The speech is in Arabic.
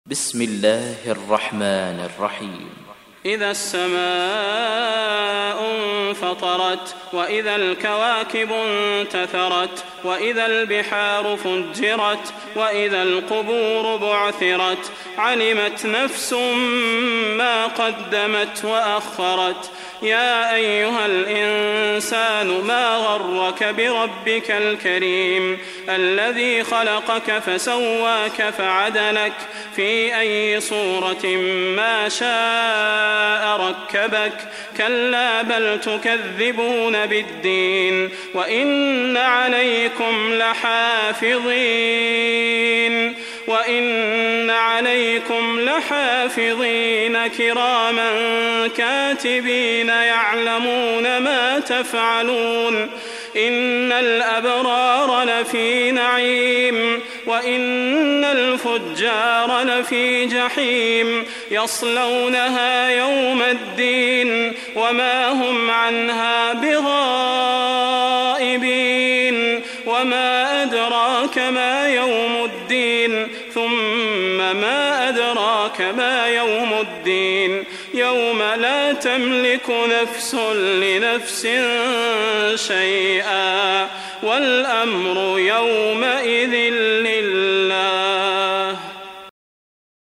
بسم الله الرحمن الرحيم. إذا السماء انفطرت وإذا الكواكب انتثرت وإذا البحار فجرت وإذا القبور بعثرت علمت نفس ما قدمت وأخرت. يا أيها الإنسان ما غرك بربك الكريم الذي خلقك فسواك فعدلك في أي صورة ما شاء ركبك. كلا بل تكذبون بالدين وإن عليكم لحافظين كراما كاتبين يعلمون ما تفعلون. إن الأبرار لفي نعيم وإن الفجار لفي جحيم يصلونها يوم الدين وما هم عنها بغائبين. وما أدراك ما يوم الدين ثم ما أدراك ما يوم الدين يوم لا تملك نفس لنفس شيئا والأمر يومئذ